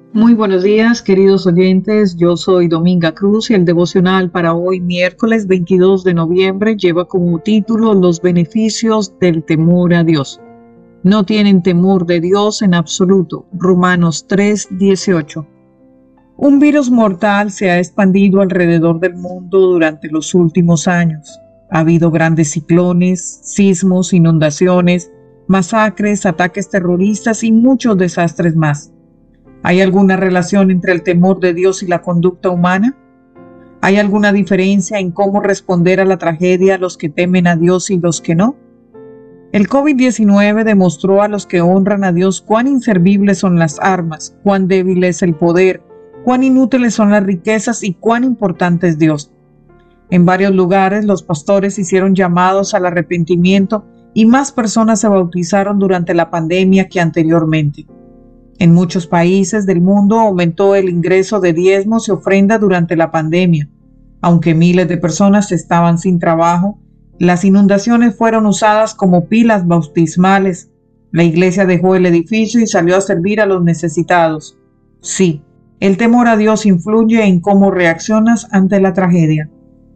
Muy buenos días, queridos oyentes. Yo soy Dominga Cruz y el devocional para hoy, miércoles 22 de noviembre, lleva como título Los beneficios del temor a Dios. No tienen temor de Dios en absoluto. Romanos 3:18. Un virus mortal se ha expandido alrededor del mundo durante los últimos años. Ha habido grandes ciclones, sismos, inundaciones, masacres, ataques terroristas y muchos desastres más. ¿Hay alguna relación entre el temor de Dios y la conducta humana? ¿Hay alguna diferencia en cómo responder a la tragedia los que temen a Dios y los que no? El COVID-19 demostró a los que honran a Dios cuán inservibles son las armas, cuán débil es el poder, cuán inútiles son las riquezas y cuán importante es Dios. En varios lugares los pastores hicieron llamados al arrepentimiento y más personas se bautizaron durante la pandemia que anteriormente. En muchos países del mundo aumentó el ingreso de diezmos y ofrendas durante la pandemia. Aunque miles de personas estaban sin trabajo, las inundaciones fueron usadas como pilas bautismales. La iglesia dejó el edificio y salió a servir a los necesitados. Sí, el temor a Dios influye en cómo reaccionas ante la tragedia.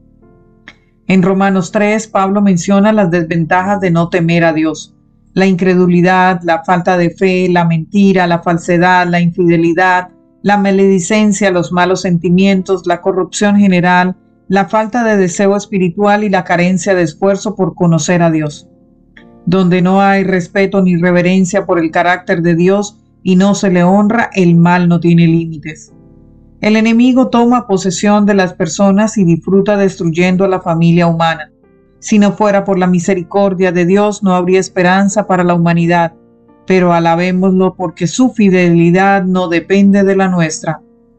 En Romanos 3, Pablo menciona las desventajas de no temer a Dios. La incredulidad, la falta de fe, la mentira, la falsedad, la infidelidad, la maledicencia, los malos sentimientos, la corrupción general, la falta de deseo espiritual y la carencia de esfuerzo por conocer a Dios. Donde no hay respeto ni reverencia por el carácter de Dios y no se le honra, el mal no tiene límites. El enemigo toma posesión de las personas y disfruta destruyendo a la familia humana. Si no fuera por la misericordia de Dios, no habría esperanza para la humanidad, pero alabémoslo porque su fidelidad no depende de la nuestra.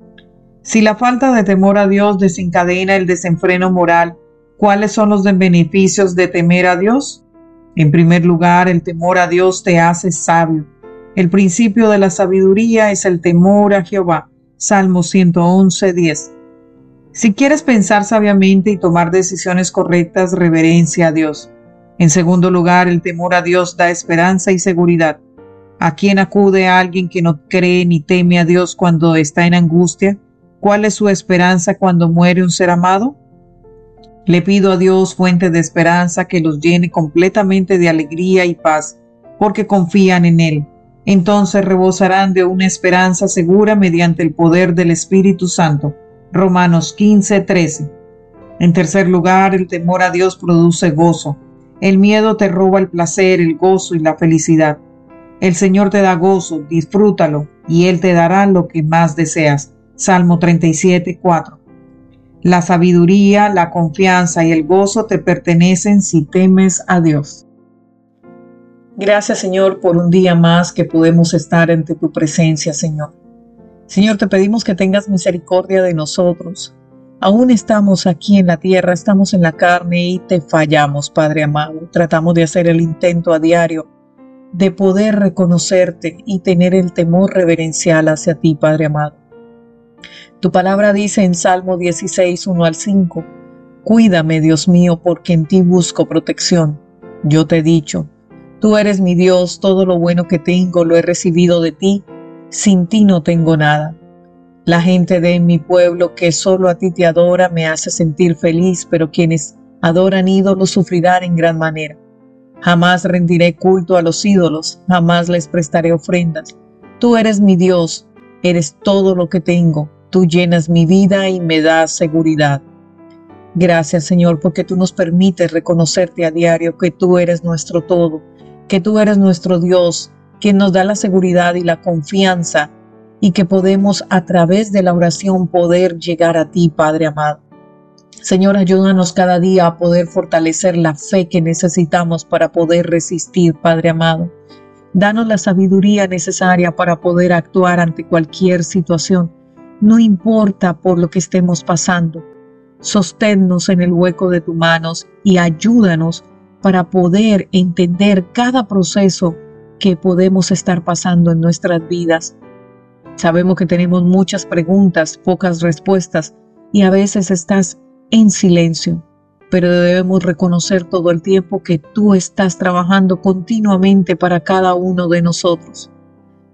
Si la falta de temor a Dios desencadena el desenfreno moral, ¿cuáles son los beneficios de temer a Dios? En primer lugar, el temor a Dios te hace sabio. El principio de la sabiduría es el temor a Jehová. Salmo 111:10. Si quieres pensar sabiamente y tomar decisiones correctas, reverencia a Dios. En segundo lugar, el temor a Dios da esperanza y seguridad. ¿A quién acude a alguien que no cree ni teme a Dios cuando está en angustia? ¿Cuál es su esperanza cuando muere un ser amado? Le pido a Dios, fuente de esperanza, que los llene completamente de alegría y paz, porque confían en Él. Entonces rebosarán de una esperanza segura mediante el poder del Espíritu Santo. Romanos 15:13. En tercer lugar, el temor a Dios produce gozo. El miedo te roba el placer, el gozo y la felicidad. El Señor te da gozo, disfrútalo, y Él te dará lo que más deseas. Salmo 37:4. La sabiduría, la confianza y el gozo te pertenecen si temes a Dios. Gracias, Señor, por un día más que podemos estar ante tu presencia, Señor. Señor, te pedimos que tengas misericordia de nosotros. Aún estamos aquí en la tierra, estamos en la carne y te fallamos, Padre amado. Tratamos de hacer el intento a diario de poder reconocerte y tener el temor reverencial hacia ti, Padre amado. Tu palabra dice en Salmo 16, 1-5, Cuídame, Dios mío, porque en ti busco protección. Yo te he dicho, tú eres mi Dios, todo lo bueno que tengo lo he recibido de ti. Sin ti no tengo nada. La gente de mi pueblo que solo a ti te adora me hace sentir feliz, pero quienes adoran ídolos sufrirán en gran manera. Jamás rendiré culto a los ídolos, jamás les prestaré ofrendas. Tú eres mi Dios, eres todo lo que tengo. Tú llenas mi vida y me das seguridad. Gracias, Señor, porque tú nos permites reconocerte a diario que tú eres nuestro todo, que tú eres nuestro Dios, quien nos da la seguridad y la confianza y que podemos a través de la oración poder llegar a ti, Padre amado. Señor, ayúdanos cada día a poder fortalecer la fe que necesitamos para poder resistir, Padre amado. Danos la sabiduría necesaria para poder actuar ante cualquier situación, no importa por lo que estemos pasando. Sosténnos en el hueco de tus manos y ayúdanos para poder entender cada proceso que podemos estar pasando en nuestras vidas. Sabemos que tenemos muchas preguntas, pocas respuestas y a veces estás en silencio, pero debemos reconocer todo el tiempo que tú estás trabajando continuamente para cada uno de nosotros.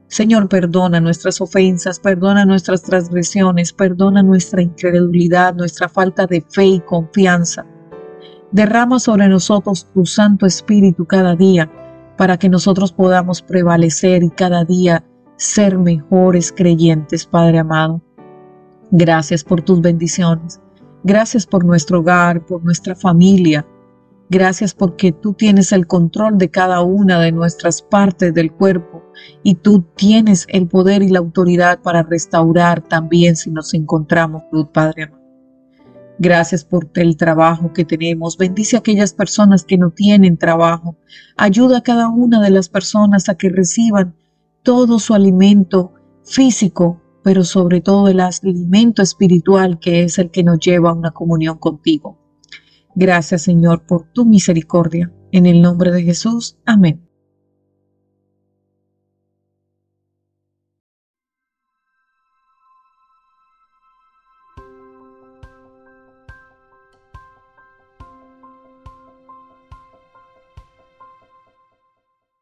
Señor, perdona nuestras ofensas, perdona nuestras transgresiones, perdona nuestra incredulidad, nuestra falta de fe y confianza. Derrama sobre nosotros tu Santo Espíritu cada día para que nosotros podamos prevalecer y cada día ser mejores creyentes, Padre amado. Gracias por tus bendiciones. Gracias por nuestro hogar, por nuestra familia. Gracias porque tú tienes el control de cada una de nuestras partes del cuerpo y tú tienes el poder y la autoridad para restaurar también si nos encontramos, Padre amado. Gracias por el trabajo que tenemos. Bendice a aquellas personas que no tienen trabajo. Ayuda a cada una de las personas a que reciban todo su alimento físico, pero sobre todo el alimento espiritual que es el que nos lleva a una comunión contigo. Gracias, Señor, por tu misericordia. En el nombre de Jesús. Amén.